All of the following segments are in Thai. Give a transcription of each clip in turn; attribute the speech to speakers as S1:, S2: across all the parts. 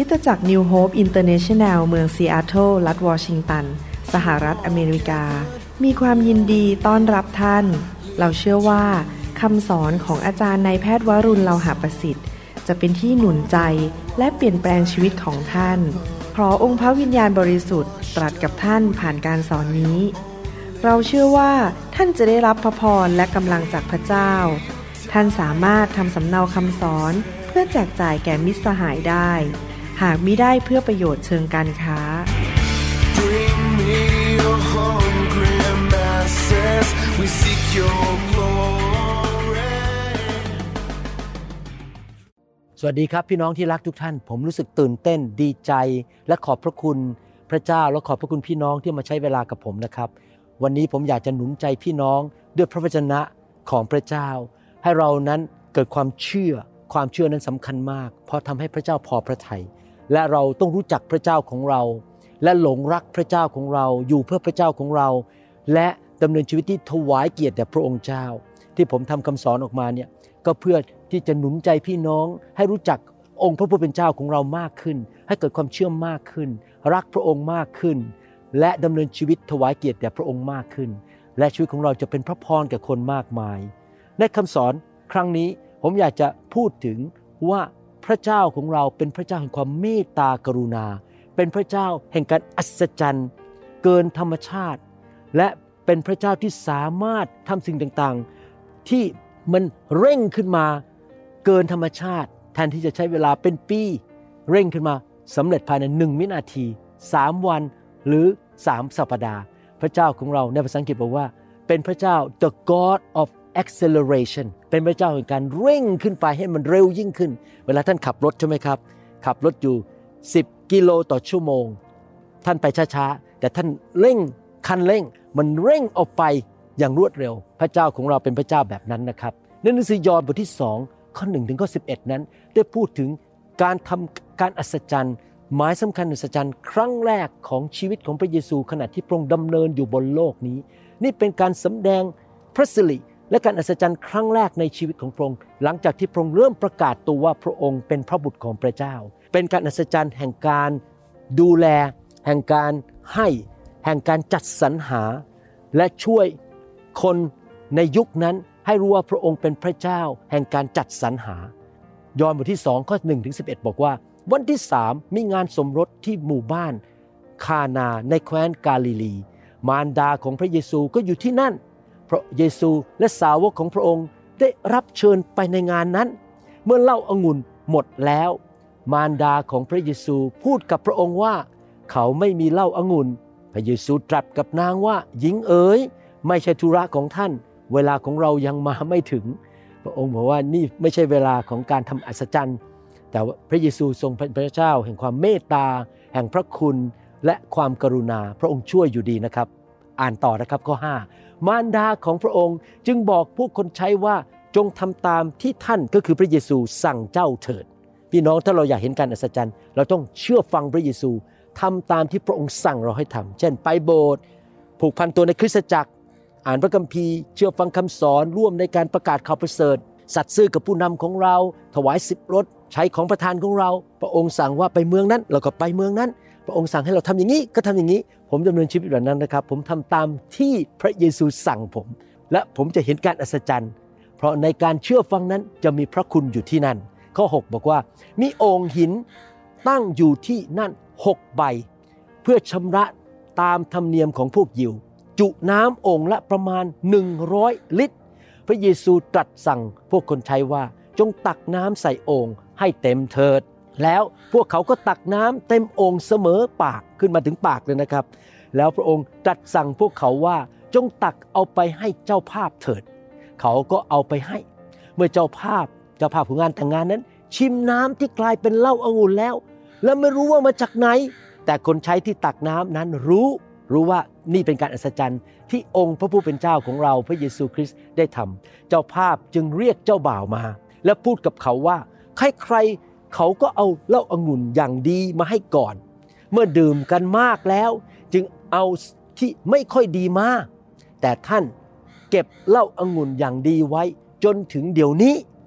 S1: คริสตจักร New Hope International เมืองซีแอตเทิลรัฐวอชิงตันสหรัฐอเมริกามีความยินดีต้อนรับท่านเราเชื่อว่าคำสอนของอาจารย์นายแพทย์วรุณ เลาหะประสิทธิ์จะเป็นที่หนุนใจและเปลี่ยนแปลงชีวิตของท่านขอองค์พระวิญญาณบริสุทธิ์ตรัสกับท่านผ่านการสอนนี้เราเชื่อว่าท่านจะได้รับพระพรและกำลังจากพระเจ้าท่านสามารถทำสำเนาคำสอนเพื่อแจกจ่ายแก่มิตรสหายได้หากมิได้เพื่อประโยชน์เชิงการค้า
S2: สวัสดีครับพี่น้องที่รักทุกท่านผมรู้สึกตื่นเต้นดีใจและขอบพระคุณพระเจ้าและขอบพระคุณพี่น้องที่มาใช้เวลากับผมนะครับวันนี้ผมอยากจะหนุนใจพี่น้องด้วยพระวจนะของพระเจ้าให้เรานั้นเกิดความเชื่อนั้นสำคัญมากเพราะทำให้พระเจ้าพอพระทัยและเราต้องรู้จักพระเจ้าของเราและหลงรักพระเจ้าของเราอยู่เพื่อพระเจ้าของเราและดำเนินชีวิตที่ถวายเกียรติแด่พระองค์เจ้าที่ผมทำคำสอนออกมาเนี่ยก็เพื่อที่จะหนุนใจพี่น้องให้รู้จักองค์พระผู้เป็นเจ้าของเรามากขึ้นให้เกิดความเชื่อมากขึ้นรักพระองค์มากขึ้นและดำเนินชีวิตถวายเกียรติแด่พระองค์มากขึ้นและชีวิตของเราจะเป็นพระพรแก่คนมากมายในคำสอนครั้งนี้ผมอยากจะพูดถึงว่าพระเจ้าของเราเป็นพระเจ้าแห่งความเมตตากรุณาเป็นพระเจ้าแห่งการอัศจรรย์เกินธรรมชาติและเป็นพระเจ้าที่สามารถทำสิ่งต่างๆที่มันเร่งขึ้นมาเกินธรรมชาติแทนที่จะใช้เวลาเป็นปีเร่งขึ้นมาสำเร็จภายใน1วินาที3วันหรือ3สัปดาห์พระเจ้าของเราในภาษาอังกฤษบอกว่าเป็นพระเจ้า the God of acceleration เป็นพระเจ้าแห่งการเร่งขึ้นไปให้มันเร็วยิ่งขึ้นเวลาท่านขับรถใช่ไหมครับขับรถอยู่10กิโลต่อชั่วโมงท่านไปช้าๆแต่ท่านเร่งคันเร่งมันเร่งออกไปอย่างรวดเร็วพระเจ้าของเราเป็นพระเจ้าแบบนั้นนะครับในหนังสือยอห์นบทที่2ข้อ1ถึงข้อ11นั้นได้พูดถึงการทำการอัศจรรย์หมายสำคัญอัศจรรย์ครั้งแรกของชีวิตของพระเยซูขณะที่พระองค์ดำเนินอยู่บนโลกนี้นี่เป็นการสำแดงพระสิริและการอัศจรรย์ครั้งแรกในชีวิตของพระองค์หลังจากที่พระองค์เริ่มประกาศตัวว่าพระองค์เป็นพระบุตรของพระเจ้าเป็นการอัศจรรย์แห่งการดูแลแห่งการให้แห่งการจัดสรรหาและช่วยคนในยุคนั้นให้รู้ว่าพระองค์เป็นพระเจ้าแห่งการจัดสรรหายอห์นบทที่2ข้อ1ถึง11บอกว่าวันที่3มีงานสมรสที่หมู่บ้านคานาในแคว้นกาลิลีมารดาของพระเยซูก็อยู่ที่นั่นพระเยซูและสาวกของพระองค์ได้รับเชิญไปในงานนั้นเมื่อเหล้าองุ่นหมดแล้วมารดาของพระเยซูพูดกับพระองค์ว่าเขาไม่มีเหล้าองุ่นพระเยซูตรัสกับนางว่าหญิงเอ๋ยไม่ใช่ธุระของท่านเวลาของเรายังมาไม่ถึงพระองค์บอกว่านี่ไม่ใช่เวลาของการทำอัศจรรย์แต่ว่าพระเยซูทรงเป็นพระเจ้าแห่งความเมตตาแห่งพระคุณและความกรุณาพระองค์ช่วยอยู่ดีนะครับอ่านต่อนะครับข้อ5มารดาของพระองค์จึงบอกพวกคนใช้ว่าจงทำตามที่ท่านก็คือพระเยซูสั่งเจ้าเถิดพี่น้องถ้าเราอยากเห็นการอัศจรรย์เราต้องเชื่อฟังพระเยซูทำตามที่พระองค์สั่งเราให้ทำเช่นไปโบสถ์ผูกพันตัวในคริสตจักรอ่านพระคัมภีร์เชื่อฟังคำสอนร่วมในการประกาศข่าวประเสริฐสัตย์ซื่อกับผู้นำของเราถวาย10รถใช้ของประทานของเราพระองค์สั่งว่าไปเมืองนั้นเราก็ไปเมืองนั้นพระองค์สั่งให้เราทำอย่างนี้ก็ทำอย่างนี้ผมดำเนินชีวิตแบบนั้นนะครับผมทำตามที่พระเยซูสั่งผมและผมจะเห็นการอัศจรรย์เพราะในการเชื่อฟังนั้นจะมีพระคุณอยู่ที่นั่นข้อ6บอกว่ามีโอ่งหินตั้งอยู่ที่นั่น6ใบเพื่อชำระตามธรรมเนียมของพวกยิวจุน้ำโอ่งละประมาณ100ลิตรพระเยซูตรัสสั่งพวกคนใช้ว่าจงตักน้ำใส่โอ่งให้เต็มเถิดแล้วพวกเขาก็ตักน้ำเต็มโอ่งเสมอปากขึ้นมาถึงปากเลยนะครับแล้วพระองค์ตรัสสั่งพวกเขาว่าจงตักเอาไปให้เจ้าภาพเถิดเขาก็เอาไปให้เมื่อเจ้าภาพของงานแต่งงานนั้นชิมน้ำที่กลายเป็นเหล้าองุ่นแล้วและไม่รู้ว่ามาจากไหนแต่คนใช้ที่ตักน้ำนั้นรู้ว่านี่เป็นการอัศจรรย์ที่องค์พระผู้เป็นเจ้าของเราพระเยซูคริสต์ได้ทำเจ้าภาพจึงเรียกเจ้าบ่าวมาและพูดกับเขาว่าใครเขาก็เอาเหล้าองุ่นอย่างดีมาให้ก่อนเมื่อดื่มกันมากแล้วจึงเอาที่ไม่ค่อยดีมาแต่ท่านเก็บเหล้าองุ่นอย่างดีไว้จนถึงเดี๋ยวนี้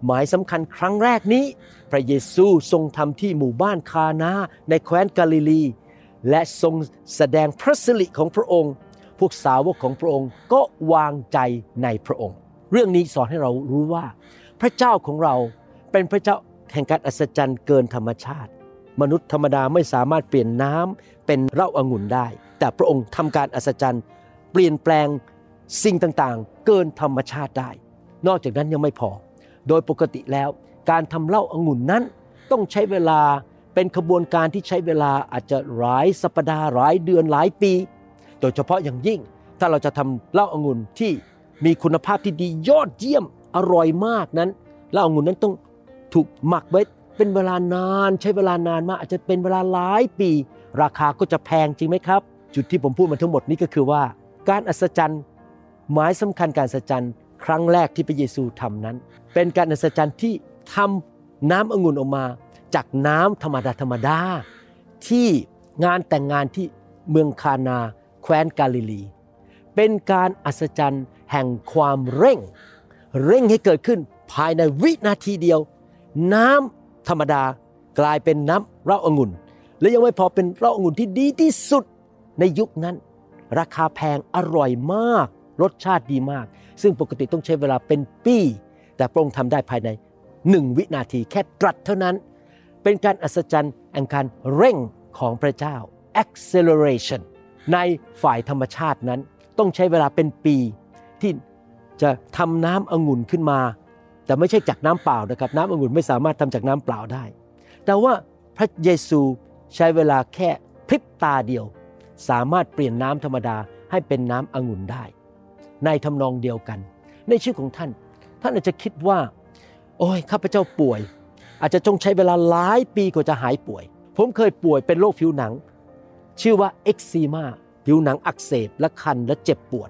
S2: หมายสำคัญครั้งแรกนี้พระเยซูทรงทำที่หมู่บ้านคานาในแคว้นกาลิลีและทรงแสดงพระสิริของพระองค์พวกสาวกของพระองค์ก็วางใจในพระองค์เรื่องนี้สอนให้เรารู้ว่าพระเจ้าของเราเป็นพระเจ้าแห่งการอัศจรรย์เกินธรรมชาติมนุษย์ธรรมดาไม่สามารถเปลี่ยนน้ำเป็นเหล้าองุ่นได้แต่พระองค์ทำการอัศจรรย์เปลี่ยนแปลงสิ่งต่างๆเกินธรรมชาติได้นอกจากนั้นยังไม่พอโดยปกติแล้วการทำเหล้าองุ่นนั้นต้องใช้เวลาเป็นขบวนการที่ใช้เวลาอาจจะหลายสัปดาห์หลายเดือนหลายปีโดยเฉพาะอย่างยิ่งถ้าเราจะทำเหล้าองุ่นที่มีคุณภาพที่ดียอดเยี่ยมอร่อยมากนั้นเหล้าองุ่นนั้นต้องถูกหมักไว้เป็นเวลานานใช้เวลานานมากอาจจะเป็นเวลาหลายปีราคาก็จะแพงจริงไหมครับจุดที่ผมพูดมาทั้งหมดนี้ก็คือว่าการอัศจรรย์หมายสำคัญการอัศจรรย์ครั้งแรกที่พระเยซูทำนั้นเป็นการอัศจรรย์ที่ทำน้ำองุ่นออกมาจากน้ำธรรมดาที่งานแต่งงานที่เมืองคานาแคว้นกาลิลีเป็นการอัศจรรย์แห่งความเร่งให้เกิดขึ้นภายในวินาทีเดียวน้ำธรรมดากลายเป็นน้ำเหล้าองุ่นและยังไม่พอเป็นเหล้าองุ่นที่ดีที่สุดในยุคนั้นราคาแพงอร่อยมากรสชาติดีมากซึ่งปกติต้องใช้เวลาเป็นปีแต่พระองค์ทำได้ภายใน1 วินาทีแค่ตรัสเท่านั้นเป็นการอัศจรรย์แห่งการเร่งของพระเจ้า acceleration ในฝ่ายธรรมชาตินั้นต้องใช้เวลาเป็นปีที่จะทำน้ำองุ่นขึ้นมาแต่ไม่ใช่จากน้ำเปล่านะครับน้ำองุ่นไม่สามารถทำจากน้ำเปล่าได้แต่ว่าพระเยซูใช้เวลาแค่พริบตาเดียวสามารถเปลี่ยนน้ำธรรมดาให้เป็นน้ำองุ่นได้ในทำนองเดียวกันในชีวิตของท่านอาจจะคิดว่าโอ้ยข้าพเจ้าป่วยอาจจะต้องใช้เวลาหลายปีกว่าจะหายป่วยผมเคยป่วยเป็นโรคผิวหนังชื่อว่าเอ็กซีมาผิวหนังอักเสบและคันและเจ็บปวด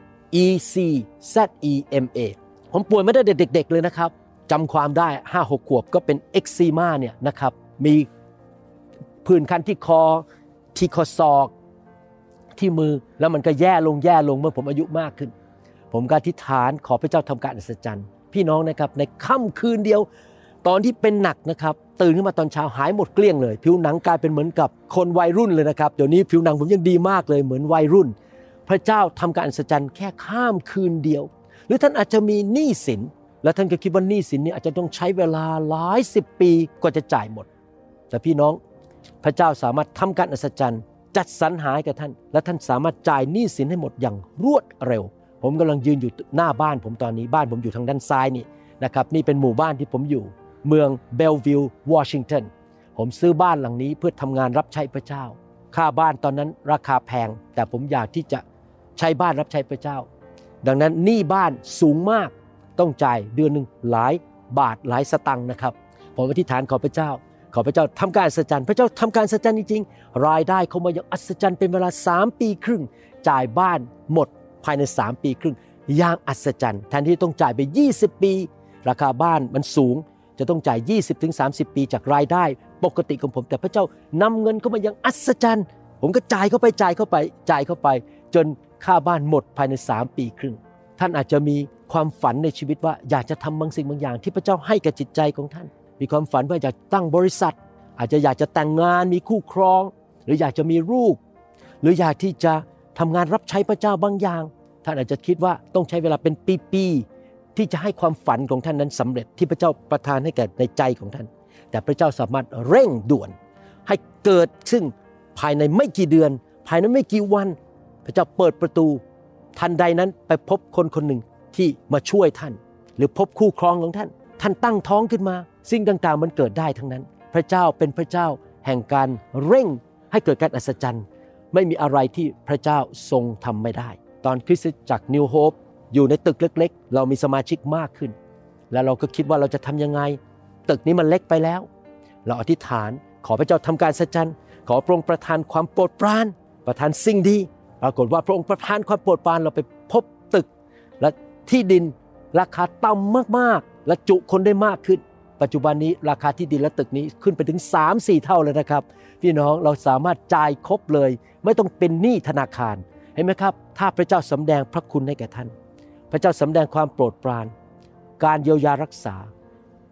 S2: ECZEMA ผมป่วยมาตั้งแต่เด็กๆเลยนะครับจำความได้ 5-6 ขวบก็เป็นเอ็กซีมาเนี่ยนะครับมีผื่นคันที่คอที่ข้อศอกที่มือแล้วมันก็แย่ลงเมื่อผมอายุมากขึ้นผมก็อธิษฐานขอพระเจ้าทำการอัศจรรย์พี่น้องนะครับในค่ำคืนเดียวตอนที่เป็นหนักนะครับตื่นขึ้นมาตอนเช้าหายหมดเกลี้ยงเลยผิวหนังกลายเป็นเหมือนกับคนวัยรุ่นเลยนะครับเดี๋ยวนี้ผิวหนังผมยังดีมากเลยเหมือนวัยรุ่นพระเจ้าทำการอัศจรรย์แค่ข้ามคืนเดียวหรือท่านอาจจะมีหนี้สินและท่านก็คิดว่าหนี้สินนี้อาจจะต้องใช้เวลาหลาย10 ปีกว่าจะจ่ายหมดแต่พี่น้องพระเจ้าสามารถทำการอัศจรรย์จัดสรรหาให้กับท่านและท่านสามารถจ่ายหนี้สินให้หมดอย่างรวดเร็วผมกำลังยืนอยู่หน้าบ้านผมตอนนี้บ้านผมอยู่ทางด้านซ้ายนี่นะครับนี่เป็นหมู่บ้านที่ผมอยู่เมืองเบลวิลล์วอชิงตันผมซื้อบ้านหลังนี้เพื่อทำงานรับใช้พระเจ้าค่าบ้านตอนนั้นราคาแพงแต่ผมอยากที่จะใช้บ้านรับใช้พระเจ้าดังนั้นหนี้บ้านสูงมากต้องจ่ายเดือนนึงหลายบาทหลายสตังค์นะครับผมอธิษฐานขอพระเจ้าทำการอัศจรรย์พระเจ้าทำการอัศจรรย์จริงๆรายได้เข้ามาอย่างอัศจรรย์เป็นเวลา3 ปีครึ่งจ่ายบ้านหมดภายใน3 ปีครึ่งอย่างอัศจรรย์แทนที่ต้องจ่ายไป20 ปีราคาบ้านมันสูงจะต้องจ่าย 20-30 ปีจากรายได้ปกติของผมแต่พระเจ้านำเงินเข้ามาอย่างอัศจรรย์ผมก็จ่ายเข้าไปจนค่าบ้านหมดภายใน3 ปีครึ่งท่านอาจจะมีความฝันในชีวิตว่าอยากจะทำบางสิ่งบางอย่างที่พระเจ้าให้กับจิตใจของท่านมีความฝันว่าอยากตั้งบริษัทอาจจะอยากจะแต่งงานมีคู่ครองหรืออยากจะมีลูกหรืออยากที่จะทำงานรับใช้พระเจ้าบางอย่างท่านอาจจะคิดว่าต้องใช้เวลาเป็นปีๆที่จะให้ความฝันของท่านนั้นสำเร็จที่พระเจ้าประทานให้แก่ในใจของท่านแต่พระเจ้าสามารถเร่งด่วนให้เกิดซึ่งภายในไม่กี่เดือนภายในไม่กี่วันพระเจ้าเปิดประตูทันใดนั้นไปพบคนคนหนึ่งที่มาช่วยท่านหรือพบคู่ครองของท่านตั้งท้องขึ้นมาสิ่งต่างๆมันเกิดได้ทั้งนั้นพระเจ้าเป็นพระเจ้าแห่งการเร่งให้เกิดการอัศจรรย์ไม่มีอะไรที่พระเจ้าทรงทำไม่ได้ตอนคริสตจักรนิวโฮปอยู่ในตึกเล็กๆเรามีสมาชิกมากขึ้นแล้วเราก็คิดว่าเราจะทำยังไงตึกนี้มันเล็กไปแล้วเราอธิษฐานขอพระเจ้าทำการอัศจรรย์ขอพระองค์ประทานความโปรดปรานประทานสิ่งดีปรากฏว่าพระองค์ประทานความโปรดปรานเราไปพบตึกและที่ดินราคาต่ำมากๆและจุคนได้มากขึ้นปัจจุบันนี้ราคาที่ดินและตึกนี้ขึ้นไปถึง 3-4 เท่าเลยนะครับพี่น้องเราสามารถจ่ายครบเลยไม่ต้องเป็นหนี้ธนาคารเห็นไหมครับถ้าพระเจ้าสำแดงพระคุณให้แก่ท่านพระเจ้าสำแดงความโปรดปรานการเยียวยารักษา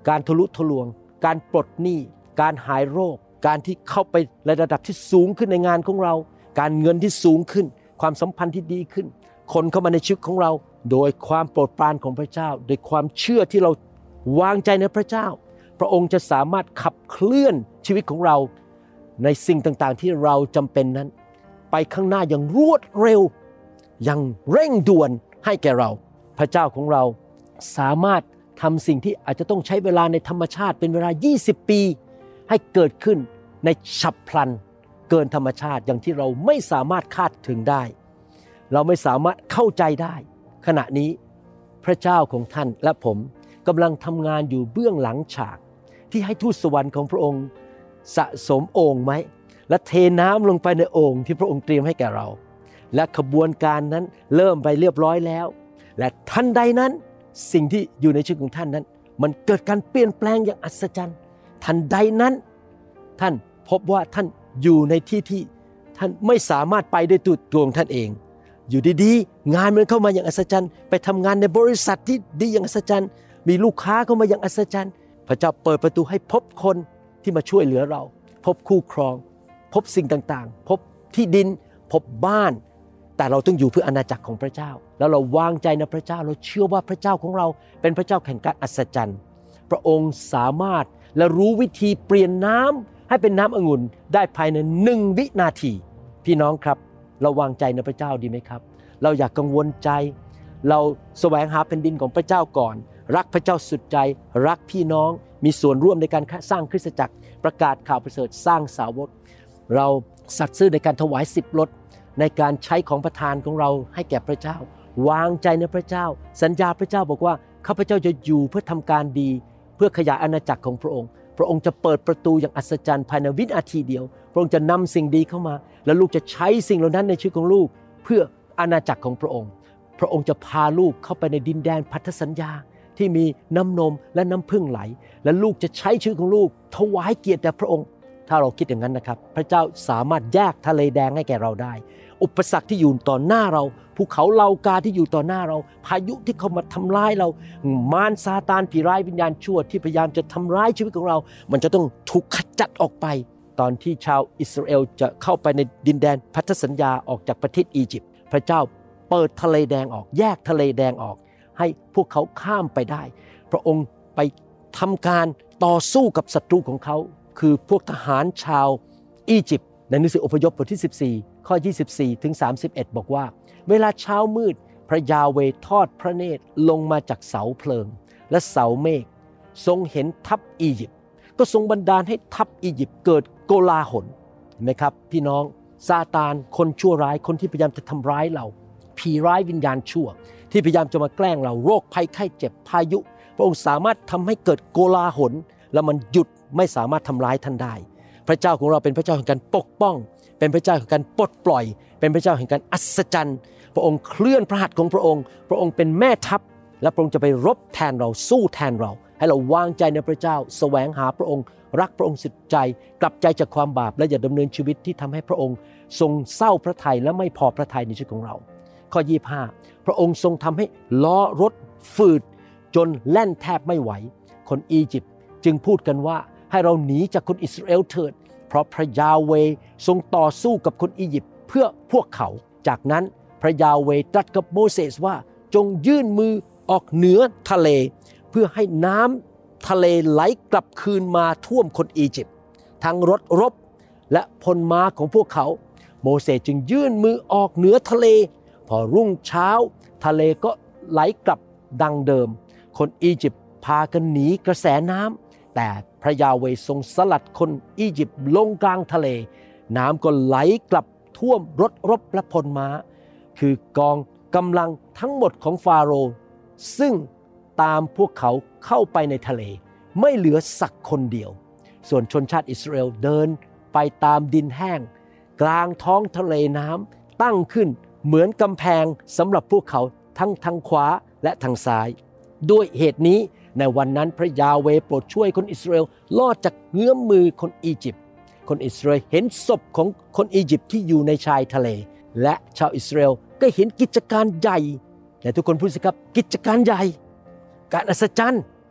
S2: การทะลุทะลวงการปลดหนี้การหายโรคการที่เข้าไปในระดับที่สูงขึ้นในงานของเราการเงินที่สูงขึ้นความสัมพันธ์ที่ดีขึ้นคนเข้ามาในชีวิตของเราโดยความโปรดปรานของพระเจ้าโดยความเชื่อที่เราวางใจในพระเจ้าพระองค์จะสามารถขับเคลื่อนชีวิตของเราในสิ่งต่างๆที่เราจำเป็นนั้นไปข้างหน้าอย่างรวดเร็วอย่างเร่งด่วนให้แก่เราพระเจ้าของเราสามารถทำสิ่งที่อาจจะต้องใช้เวลาในธรรมชาติเป็นเวลา20ปีให้เกิดขึ้นในฉับพลันเกินธรรมชาติอย่างที่เราไม่สามารถคาดถึงได้เราไม่สามารถเข้าใจได้ขณะนี้พระเจ้าของท่านและผมกำลังทำงานอยู่เบื้องหลังฉากที่ให้ทูตสวรรค์ของพระองค์สะสมโอ่งไม้และเทน้ำลงไปในโอ่งที่พระองค์เตรียมให้แก่เราและขบวนการนั้นเริ่มไปเรียบร้อยแล้วและทันใดนั้นสิ่งที่อยู่ในชีวิตของท่านนั้นมันเกิดการเปลี่ยนแปลงอย่างอัศจรรย์ทันใดนั้นท่านพบว่าท่านอยู่ในที่ที่ท่านไม่สามารถไปด้วยตัวของท่านเองอยู่ดีๆงานมันเข้ามาอย่างอัศจรรย์ไปทำงานในบริษัทที่ดีอย่างอัศจรรย์มีลูกค้าเข้ามาอย่างอัศจรรย์พระเจ้าเปิดประตูให้พบคนที่มาช่วยเหลือเราพบคู่ครองพบสิ่งต่างๆพบที่ดินพบบ้านแต่เราต้องอยู่เพื่ออาณาจักรของพระเจ้าแล้วเราวางใจในพระเจ้าเราเชื่อว่าพระเจ้าของเราเป็นพระเจ้าแห่งการอัศจรรย์พระองค์สามารถและรู้วิธีเปลี่ยนน้ำให้เป็นน้ำองุ่นได้ภายใน1 วินาทีพี่น้องครับเราวางใจในพระเจ้าดีไหมครับเราอยากกังวลใจเราแสวงหาแผ่นดินของพระเจ้าก่อนรักพระเจ้าสุดใจรักพี่น้องมีส่วนร่วมในการสร้างคริสตจักรประกาศข่าวประเสริฐสร้างสาวกเราสัตย์ซื่อในการถวาย10 ลดในการใช้ของประทานของเราให้แก่พระเจ้าวางใจในพระเจ้าสัญญาพระเจ้าบอกว่าข้าพเจ้าจะอยู่เพื่อทำการดีเพื่อขยายอาณาจักรของพระองค์พระองค์จะเปิดประตูอย่างอัศจรรย์ภายในวินาทีเดียวพระองค์จะนำสิ่งดีเข้ามาและลูกจะใช้สิ่งเหล่านั้นในชีวิตของลูกเพื่ออาณาจักรของพระองค์พระองค์จะพาลูกเข้าไปในดินแดนพันธสัญญาที่มีน้ำนมและน้ำพึ่งไหลและลูกจะใช้ชีวิตของลูกถวายเกียรติแด่พระองค์ถ้าเราคิดอย่างนั้นนะครับพระเจ้าสามารถแยกทะเลแดงให้แก่เราได้อุปสรรคที่อยู่ต่อหน้าเราภูเขาเหล่ากาที่อยู่ต่อหน้าเราพายุที่เข้ามาทำร้ายเรามารซาตานผีร้ายวิญญาณชั่วที่พยายามจะทำร้ายชีวิตของเรามันจะต้องถูกขจัดออกไปตอนที่ชาวอิสราเอลจะเข้าไปในดินแดนพันธสัญญาออกจากประเทศอียิปต์พระเจ้าเปิดทะเลแดงออกแยกทะเลแดงออกให้พวกเขาข้ามไปได้พระองค์ไปทำการต่อสู้กับศัตรูของเขาคือพวกทหารชาวอียิปต์ในหนังสืออพยพบทที่14ข้อ24ถึง31บอกว่าเวลาเช้ามืดพระยาเวห์ทอดพระเนตรลงมาจากเสาเพลิงและเสาเมฆทรงเห็นทัพอียิปต์ก็ทรงบันดาลให้ทัพอียิปต์เกิดโกลาหลเห็นไหมครับพี่น้องซาตานคนชั่วร้ายคนที่พยายามจะทำร้ายเราผีร้ายวิญญาณชั่วที่พยายามจะมาแกล้งเราโรคภัยไข้เจ็บพายุพระองค์สามารถทำให้เกิดโกลาหลแล้วมันหยุดไม่สามารถทำร้ายท่านได้พระเจ้าของเราเป็นพระเจ้าแห่งการปกป้องเป็นพระเจ้าแห่งการปลดปล่อยเป็นพระเจ้าแห่งการอัศจรรย์พระองค์เคลื่อนพระหัตถ์ของพระองค์พระองค์เป็นแม่ทัพและพระองค์จะไปรบแทนเราสู้แทนเราให้เราวางใจในพระเจ้าแสวงหาพระองค์รักพระองค์สุดใจกลับใจจากความบาปและอย่าดำเนินชีวิตที่ทำให้พระองค์ทรงเศร้าพระทัยและไม่พอพระทัยในชีวิตของเราข้อ25พระองค์ทรงทำให้ล้อรถฝืดจนแล่นแทบไม่ไหวคนอียิปต์จึงพูดกันว่าให้เราหนีจากคนอิสราเอลเถิดเพราะพระยาเวห์ทรงต่อสู้กับคนอียิปต์เพื่อพวกเขาจากนั้นพระยาเวห์ตรัสกับโมเสสว่าจงยื่นมือออกเหนือทะเลเพื่อให้น้ำทะเลไหลกลับคืนมาท่วมคนอียิปต์ทั้งรถรบและพลม้าของพวกเขาโมเสสจึงยื่นมือออกเหนือทะเลพอรุ่งเช้าทะเลก็ไหลกลับดังเดิมคนอียิปต์พากันหนีกระแสน้ำแต่พระยาเวห์ทรงสลัดคนอียิปต์ลงกลางทะเลน้ำก็ไหลกลับท่วมรถรบและพลม้าคือกองกำลังทั้งหมดของฟาโรห์ซึ่งตามพวกเขาเข้าไปในทะเลไม่เหลือสักคนเดียวส่วนชนชาติอิสราเอลเดินไปตามดินแห้งกลางท้องทะเลน้ำตั้งขึ้นเหมือนกำแพงสำหรับพวกเขาทั้งทางขวาและทางซ้ายด้วยเหตุนี้ในวันนั้นพระยาเวห์โปรดช่วยคนอิสราเอลรอดจากเงื้อมมือคนอียิปต์คนอิสราเอลเห็นศพของคนอียิปต์ที่อยู่ในชายทะเลและชาวอิสราเอลก็เห็นกิจการใหญ่และทุกคนพูดสิครับกิจการใหญ่การอัศจรรย์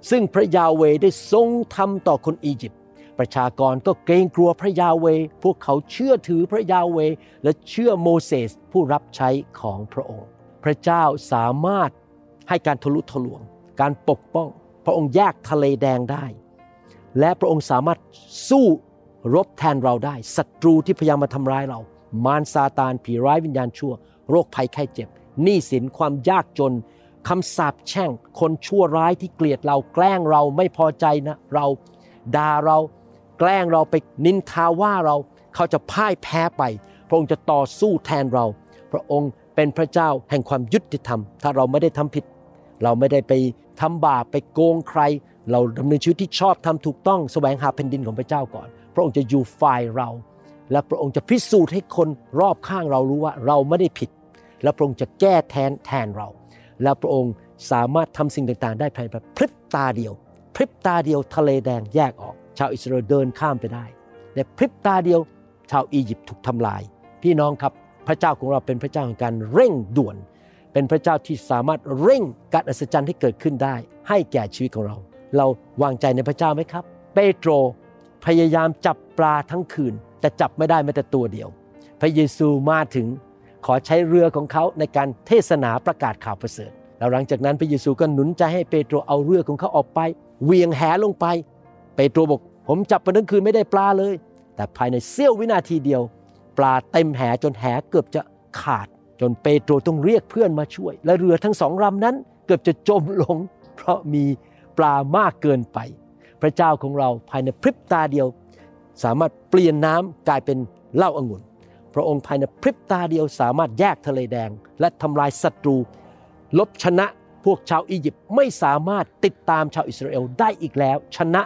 S2: ซึ่งพระยาเวห์ได้ทรงทำต่อคนอียิปต์ประชากรก็เกรงกลัวพระยาเวห์พวกเขาเชื่อถือพระยาเวห์และเชื่อโมเสสผู้รับใช้ของพระองค์พระเจ้าสามารถให้การทะลุทะลวงการปกป้องพระองค์แยกทะเลแดงได้และพระองค์สามารถสู้รบแทนเราได้ศัตรูที่พยายามมาทำร้ายเรามารซาตานผีร้ายวิญญาณชั่วโรคภัยไข้เจ็บหนี้สินความยากจนคำสาปแช่งคนชั่วร้ายที่เกลียดเราแกล้งเราไม่พอใจนะเราด่าเราแกล้งเราไปนินทาว่าเราเขาจะพ่ายแพ้ไปพระองค์จะต่อสู้แทนเราพระองค์เป็นพระเจ้าแห่งความยุติธรรมถ้าเราไม่ได้ทำผิดเราไม่ได้ไปทำบาปไปโกงใครเราดำเนินชีวิตที่ชอบทำถูกต้องแสวงหาแผ่นดินของพระเจ้าก่อนพระองค์จะอยู่ฝ่ายเราและพระองค์จะพิสูจน์ให้คนรอบข้างเรารู้ว่าเราไม่ได้ผิดและพระองค์จะแก้แทนเราและพระองค์สามารถทำสิ่งต่างๆได้ภายในพริบตาเดียวพริบตาเดียวทะเลแดงแยกออกชาวอิสราเอลเดินข้ามไปได้ในพริบตาเดียวชาวอียิปต์ถูกทำลายพี่น้องครับพระเจ้าของเราเป็นพระเจ้าแห่งการเร่งด่วนเป็นพระเจ้าที่สามารถเร่งการอัศจรรย์ที่เกิดขึ้นได้ให้แก่ชีวิตของเราเราวางใจในพระเจ้าไหมครับเปโตรพยายามจับปลาทั้งคืนแต่จับไม่ได้แม้แต่ตัวเดียวพระเยซูมาถึงขอใช้เรือของเขาในการเทศนาประกาศข่าวประเสริฐแล้วหลังจากนั้นพระเยซูก็หนุนใจให้เปโตรเอาเรือของเขาออกไปเหวี่ยงแหลงไปเปโตรบอกผมจับมาทั้งคืนไม่ได้ปลาเลยแต่ภายในเสี้ยววินาทีเดียวปลาเต็มแหจนแหเกือบจะขาดจนเปโตรต้องเรียกเพื่อนมาช่วยและเรือทั้งสองลำนั้นเกือบจะจมลงเพราะมีปลามากเกินไปพระเจ้าของเราภายในพริบตาเดียวสามารถเปลี่ยนน้ำกลายเป็นเหล้าองุ่นพระองค์ภายในพริบตาเดียวสามารถแยกทะเลแดงและทำลายศัตรูลบชนะพวกชาวอียิปต์ไม่สามารถติดตามชาวอิสราเอลได้อีกแล้วชนะ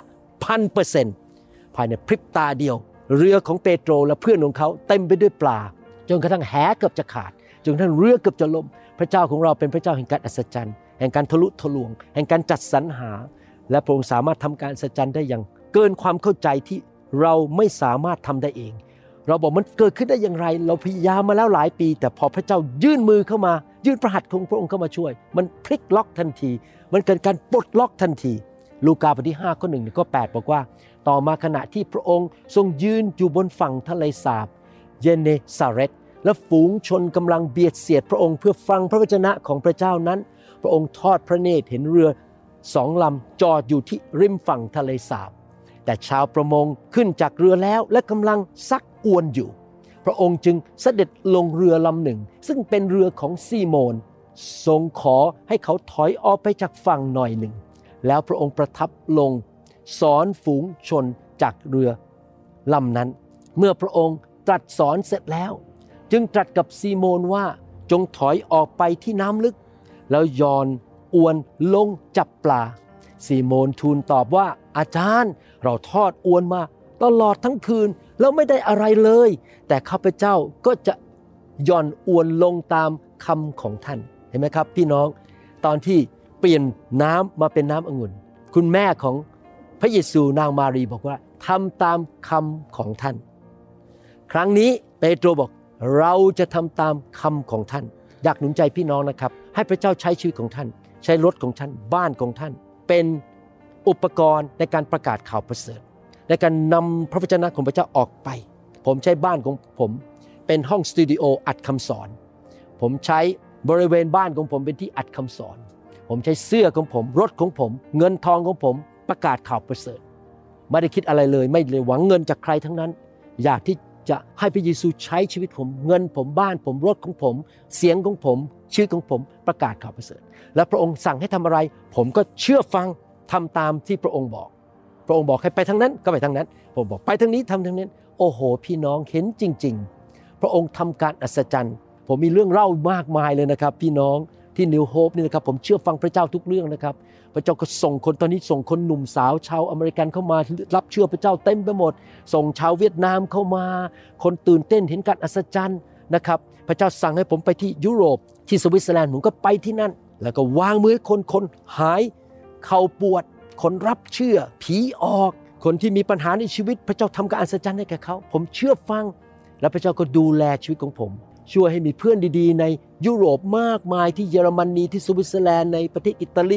S2: 1,000% ภายในพริบตาเดียวเรือของเปโตรและเพื่อนของเขาเต็มไปด้วยปลาจนกระทั่งแหเกือบจะขาดจนกระทั่งเรือเกือบจะล่มพระเจ้าของเราเป็นพระเจ้าแห่งการอัศจรรย์แห่งการทะลุทะลวงแห่งการจัดสรรหาและพระองค์สามารถทำการอัศจรรย์ได้อย่างเกินความเข้าใจที่เราไม่สามารถทำได้เองเราบอกมันเกิดขึ้นได้อย่างไรเราพยายามมาแล้วหลายปีแต่พอพระเจ้ายื่นมือเข้ามายื่นพระหัตถ์ของพระองค์เข้ามาช่วยมันพลิกล็อกทันทีมันเกิดการปลดล็อกทันทีลูกาบทที่5ข้อ1ถึงข้อ8บอกว่าต่อมาขณะที่พระองค์ทรงยืนอยู่บนฝั่งทะเลสาบเยเนซาเร็ตและฝูงชนกำลังเบียดเสียดพระองค์เพื่อฟังพระวจนะของพระเจ้านั้นพระองค์ทอดพระเนตรเห็นเรือ2 ลำจอดอยู่ที่ริมฝั่งทะเลสาบแต่ชาวประมงขึ้นจากเรือแล้วและกำลังซักอวนอยู่พระองค์จึงเสด็จลงเรือลำหนึ่งซึ่งเป็นเรือของซีโมนทรงขอให้เขาถอยออกไปจากฝั่งหน่อยหนึ่งแล้วพระองค์ประทับลงสอนฝูงชนจากเรือลำนั้นเมื่อพระองค์ตรัสสอนเสร็จแล้วจึงตรัสกับซีโมนว่าจงถอยออกไปที่น้ำลึกแล้วย่อนอวนลงจับปลาซีโมนทูลตอบว่าอาจารย์เราทอดอวนมาตลอดทั้งคืนแล้วไม่ได้อะไรเลยแต่ข้าพเจ้าก็จะย่อนอวนลงตามคำของท่านเห็นไหมครับพี่น้องตอนที่เปลี่ยนน้ำมาเป็นน้ำองุ่นคุณแม่ของพระเยซูนางมารีบอกว่าทำตามคำของท่านครั้งนี้เปโตรบอกเราจะทำตามคำของท่านอยากหนุนใจพี่น้องนะครับให้พระเจ้าใช้ชีวิตของท่านใช้รถของท่านบ้านของท่านเป็นอุปกรณ์ในการประกาศข่าวประเสริฐในการนำพระวจนะของพระเจ้าออกไปผมใช้บ้านของผมเป็นห้องสตูดิโออัดคำสอนผมใช้บริเวณบ้านของผมเป็นที่อัดคำสอนผมใช้เสื้อของผมรถของผมเงินทองของผมประกาศข่าวประเสริฐไม่ได้คิดอะไรเลยไม่เลยหวังเงินจากใครทั้งนั้นอยากที่จะให้พระเยซูใช้ชีวิตผมเงินผมบ้านผมรถของผมเสียงของผมชื่อของผมประกาศข่าวประเสริฐและพระองค์สั่งให้ทำอะไรผมก็เชื่อฟังทำตามที่พระองค์บอกพระองค์บอกให้ไปทางนั้นก็ไปทางนั้นผมบอกไปทางนี้ทำทางนี้โอ้โหพี่น้องเห็นจริงๆพระองค์ทำการอัศจรรย์ผมมีเรื่องเล่ามากมายเลยนะครับพี่น้องที่ New Hope นี่นะครับผมเชื่อฟังพระเจ้าทุกเรื่องนะครับพระเจ้าก็ส่งคนตอนนี้ส่งคนหนุ่มสาวชาวอเมริกันเข้ามารับเชื่อพระเจ้าเต็มไปหมดส่งชาวเวียดนามเข้ามาคนตื่นเต้นเห็นการอัศจรรย์นะครับพระเจ้าสั่งให้ผมไปที่ยุโรปที่สวิตเซอร์แลนด์ผมก็ไปที่นั่นแล้วก็วางมือให้คนหายเข่าปวดคนรับเชื่อผีออกคนที่มีปัญหาในชีวิตพระเจ้าทำการอัศจรรย์ให้แก่เขาผมเชื่อฟังและพระเจ้าก็ดูแลชีวิตของผมช่วยให้มีเพื่อนดีๆในยุโรปมากมายที่เยอรมนีที่สวิตเซอร์แลนด์ในประเทศอิตาลี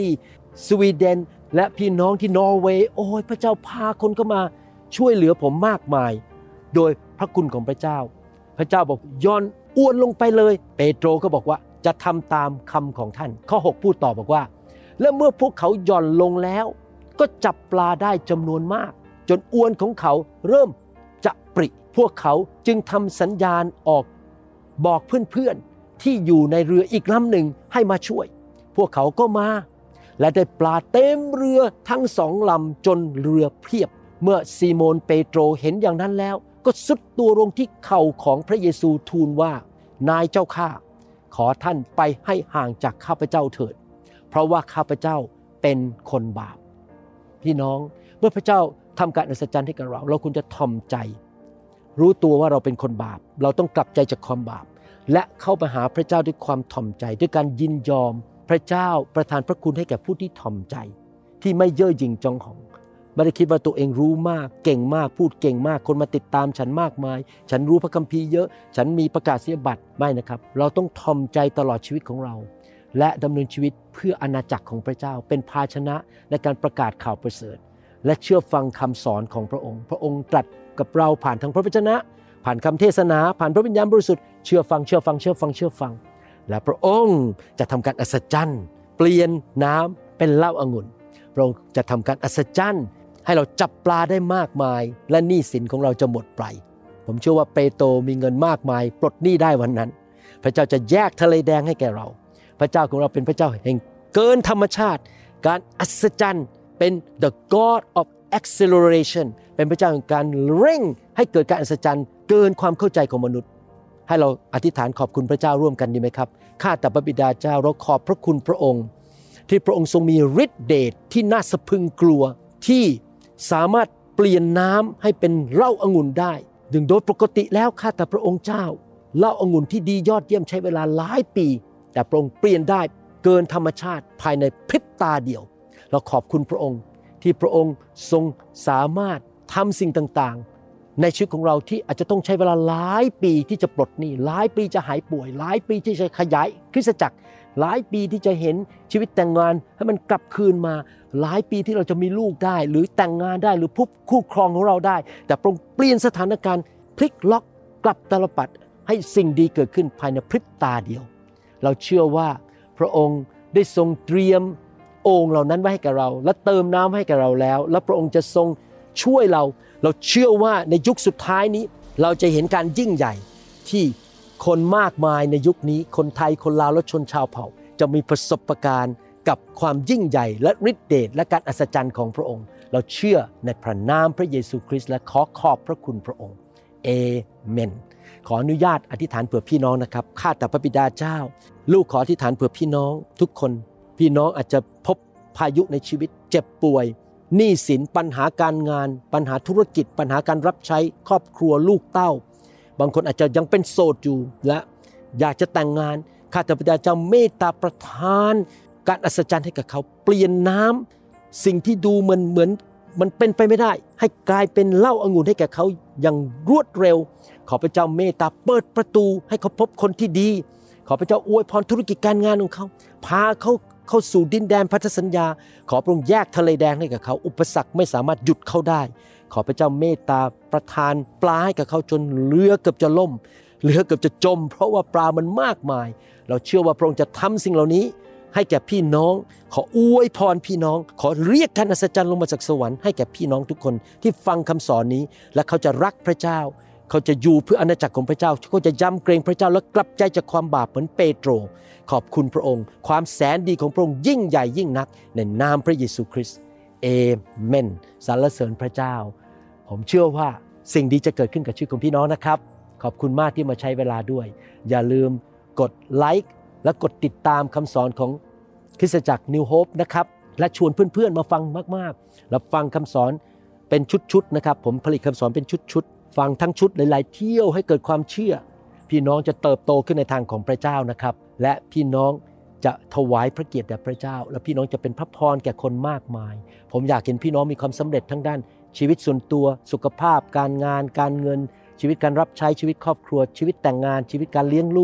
S2: สวีเดนและพี่น้องที่นอร์เวย์โอ้ยพระเจ้าพาคนเข้ามาช่วยเหลือผมมากมายโดยพระคุณของพระเจ้าพระเจ้าบอกย่อนอ้วนลงไปเลยเปโตรก็บอกว่าจะทำตามคำของท่านข้อ6พูดต่อบอกว่าและเมื่อพวกเขาย่อนลงแล้วก็จับปลาได้จำนวนมากจนอวนของเขาเริ่มจะปริพวกเขาจึงทำสัญญาณออกบอกเพื่อนๆที่อยู่ในเรืออีกลำหนึ่งให้มาช่วยพวกเขาก็มาและได้ปลาเต็มเรือทั้ง2 ลำจนเรือเพียบเมื่อซีโมนเปโตรเห็นอย่างนั้นแล้วก็สุดตัวลงที่เข่าของพระเยซูทูลว่านายเจ้าข้าขอท่านไปให้ห่างจากข้าพเจ้าเถิดเพราะว่าข้าพเจ้าเป็นคนบาปพี่น้องเมื่อพระเจ้าทำการอัศจรรย์ให้กับเราควรจะถ่อมใจรู้ตัวว่าเราเป็นคนบาปเราต้องกลับใจจากความบาปและเข้าไปหาพระเจ้าด้วยความถ่อมใจด้วยการยินยอมพระเจ้าประทานพระคุณให้แก่ผู้ที่ถ่อมใจที่ไม่เย่อหยิ่งจองหองไม่ได้คิดว่าตัวเองรู้มากเก่งมากพูดเก่งมากคนมาติดตามฉันมากมายฉันรู้พระคัมภีร์เยอะฉันมีประกาศนียบัตรไม่นะครับเราต้องถ่อมใจตลอดชีวิตของเราและดำเนินชีวิตเพื่ออาณาจักรของพระเจ้าเป็นภาชนะในการประกาศข่าวประเสริฐและเชื่อฟังคำสอนของพระองค์พระองค์ตรัสกับเราผ่านทางพระวจนะผ่านคำเทศนาผ่านพระวิญญาณบริสุทธิ์เชื่อฟังและพระองค์จะทำการอัศจรรย์เปลี่ยนน้ำเป็นเหล้าองุ่นพระองค์จะทำการอัศจรรย์ให้เราจับปลาได้มากมายและหนี้สินของเราจะหมดไปผมเชื่อว่าเปโตรมีเงินมากมายปลดหนี้ได้วันนั้นพระเจ้าจะแยกทะเลแดงให้แก่เราพระเจ้าของเราเป็นพระเจ้าแห่งเกินธรรมชาติการอัศจรรย์เป็น the God of acceleration เป็นพระเจ้าแห่งการเร่งให้เกิดการอัศจรรย์เกินความเข้าใจของมนุษย์ให้เราอธิษฐานขอบคุณพระเจ้าร่วมกันดีไหมครับข้าแต่พระบิดาเจ้าเราขอบพระคุณพระองค์ที่พระองค์ทรงมีฤทธิ์เดชที่น่าสะพรึงกลัวที่สามารถเปลี่ยนน้ำให้เป็นเหล้าองุ่นได้ดึงโดยปกติแล้วข้าแต่พระองค์เจ้าเหล้าองุ่นที่ดียอดเยี่ยมใช้เวลาหลายปีแต่พระองค์เปลี่ยนได้เกินธรรมชาติภายในพริบตาเดียวเราขอบคุณพระองค์ที่พระองค์ทรงสามารถทำสิ่งต่างๆในชีวิตของเราที่อาจจะต้องใช้เวลาหลายปีที่จะปลดหนี้หลายปีจะหายป่วยหลายปีที่จะขยายคริสตจักรหลายปีที่จะเห็นชีวิตแต่งงานให้มันกลับคืนมาหลายปีที่เราจะมีลูกได้หรือแต่งงานได้หรือพบคู่ครองของเราได้แต่พระองค์เปลี่ยนสถานการณ์พลิกล็อกกลับตาลปัดให้สิ่งดีเกิดขึ้นภายในพริบตาเดียวเราเชื่อว่าพระองค์ได้ทรงเตรียมโอ่งเหล่านั้นไว้ให้แก่เราและเติมน้ำให้แก่เราแล้วและพระองค์จะทรงช่วยเราเชื่อว่าในยุคสุดท้ายนี้เราจะเห็นการยิ่งใหญ่ที่คนมากมายในยุคนี้คนไทยคนลาวและชนชาวเผ่าจะมีประสบการณ์กับความยิ่งใหญ่และฤทธิ์เดชและการอัศจรรย์ของพระองค์เราเชื่อในพระนามพระเยซูคริสต์และขอบพระคุณพระองค์เอเมนขออนุญาตอธิษฐานเผื่อพี่น้องนะครับข้าแต่พระบิดาเจ้าลูกขออธิษฐานเผื่อพี่น้องทุกคนพี่น้องอาจจะพบพายุในชีวิตเจ็บป่วยหนี้สินปัญหาการงานปัญหาธุรกิจปัญหาการรับใช้ครอบครัวลูกเต้าบางคนอาจจะยังเป็นโสดอยู่และอยากจะแต่งงานข้าแต่พระบิดาเจ้าเมตตาประทานการอัศจรรย์ให้กับเขาเปลี่ยนน้ำสิ่งที่ดูเหมือนมันเป็นไปไม่ได้ให้กลายเป็นเหล้าองุ่นให้แก่เขาอย่างรวดเร็วขอพระเจ้าเมตตาเปิดประตูให้เขาพบคนที่ดีขอพระเจ้าอวยพรธุรกิจการงานของเขาพาเขาเข้าสู่ดินแดนพันธสัญญาขอพระองค์แยกทะเลแดงให้กับเขาอุปสรรคไม่สามารถหยุดเขาได้ขอพระเจ้าเมตตาประทานปลาให้กับเขาจนเรือเกือบจะล่มเรือเกือบจะจมเพราะว่าปลามันมากมายเราเชื่อว่าพระองค์จะทำสิ่งเหล่านี้ให้แก่พี่น้องขออวยพรพี่น้องขอเรียกการอัศจรรย์ลงมาจากสวรรค์ให้แก่พี่น้องทุกคนที่ฟังคำสอนนี้และเขาจะรักพระเจ้าเขาจะอยู่เพื่ออาณาจักรของพระเจ้าเขาจะยำเกรงพระเจ้าและกลับใจจากความบาปเหมือนเปโตรขอบคุณพระองค์ความแสนดีของพระองค์ยิ่งใหญ่ยิ่งนักในนามพระเยซูคริสต์เอเมนสรรเสริญพระเจ้าผมเชื่อว่าสิ่งดีจะเกิดขึ้นกับชีวิตของพี่น้องนะครับขอบคุณมากที่มาใช้เวลาด้วยอย่าลืมกดไลค์และกดติดตามคำสอนของคริสตจักร New Hope นะครับและชวนเพื่อนๆมาฟังมากๆแล้วฟังคำสอนเป็นชุดๆนะครับผมผลิตคำสอนเป็นชุดๆฟังทั้งชุดหลายๆเที่ยวให้เกิดความเชื่อพี่น้องจะเติบโตขึ้นในทางของพระเจ้านะครับและพี่น้องจะถวายพระเกียรติแด่พระเจ้าและพี่น้องจะเป็นพระพรแก่คนมากมายผมอยากเห็นพี่น้องมีความสำเร็จทั้งด้านชีวิตส่วนตัวสุขภาพการงานการเงินชีวิตการรับใช้ชีวิตครอบครัวชีวิตแต่งงานชีวิตการเลี้ยงลูก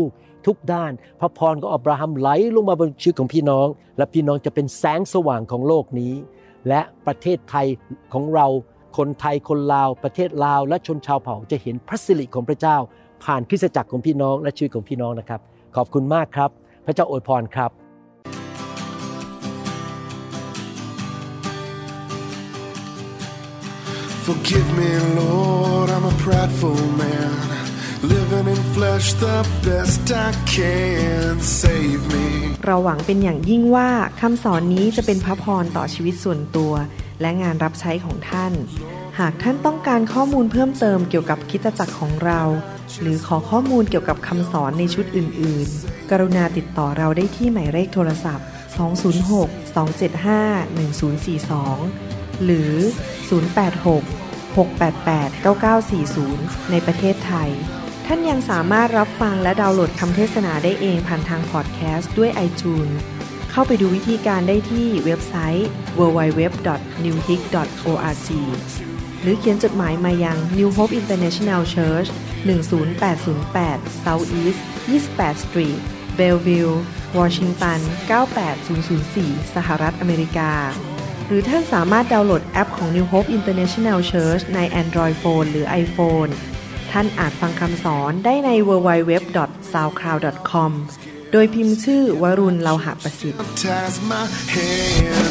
S2: ทุกด้านพระพรของอับราฮัมไหลลงมาบนชีวิตของพี่น้องและพี่น้องจะเป็นแสงสว่างของโลกนี้และประเทศไทยของเราคนไทยคนลาวประเทศลาวและชนชาวเผ่าจะเห็นพระสิริของพระเจ้าผ่านคริสตจักรของพี่น้องและชีวิตของพี่น้องนะครับขอบคุณมากครับพระเจ้าอวยพรครับ
S3: Forgive me, Lord, I'm a prideful man, living in flesh the best I can. Save me.
S1: เราหวังเป็นอย่างยิ่งว่าคำสอนนี้จะเป็นพระพรต่อชีวิตส่วนตัวและงานรับใช้ของท่านหากท่านต้องการข้อมูลเพิ่มเติมเกี่ยวกับคริสตจักรของเราหรือขอข้อมูลเกี่ยวกับคำสอนในชุดอื่นๆกรุณาติดต่อเราได้ที่หมายเลขโทรศัพท์206-275-1042หรือ086-688-9940ในประเทศไทยท่านยังสามารถรับฟังและดาวน์โหลดคำเทศนาได้เองผ่านทางพอดแคสต์ด้วย iTunes เข้าไปดูวิธีการได้ที่เว็บไซต์ www.newhope.org หรือเขียนจดหมายมายัง New Hope International Church 10808 South East 28 Street Bellevue Washington 98004 สหรัฐอเมริกาหรือท่านสามารถดาวน์โหลดแอปของ New Hope International Church ใน Android Phone หรือ iPhone ท่านอาจฟังคำสอนได้ใน www.soundcloud.com โดยพิมพ์ชื่อวรุณ เลาหะประสิทธิ์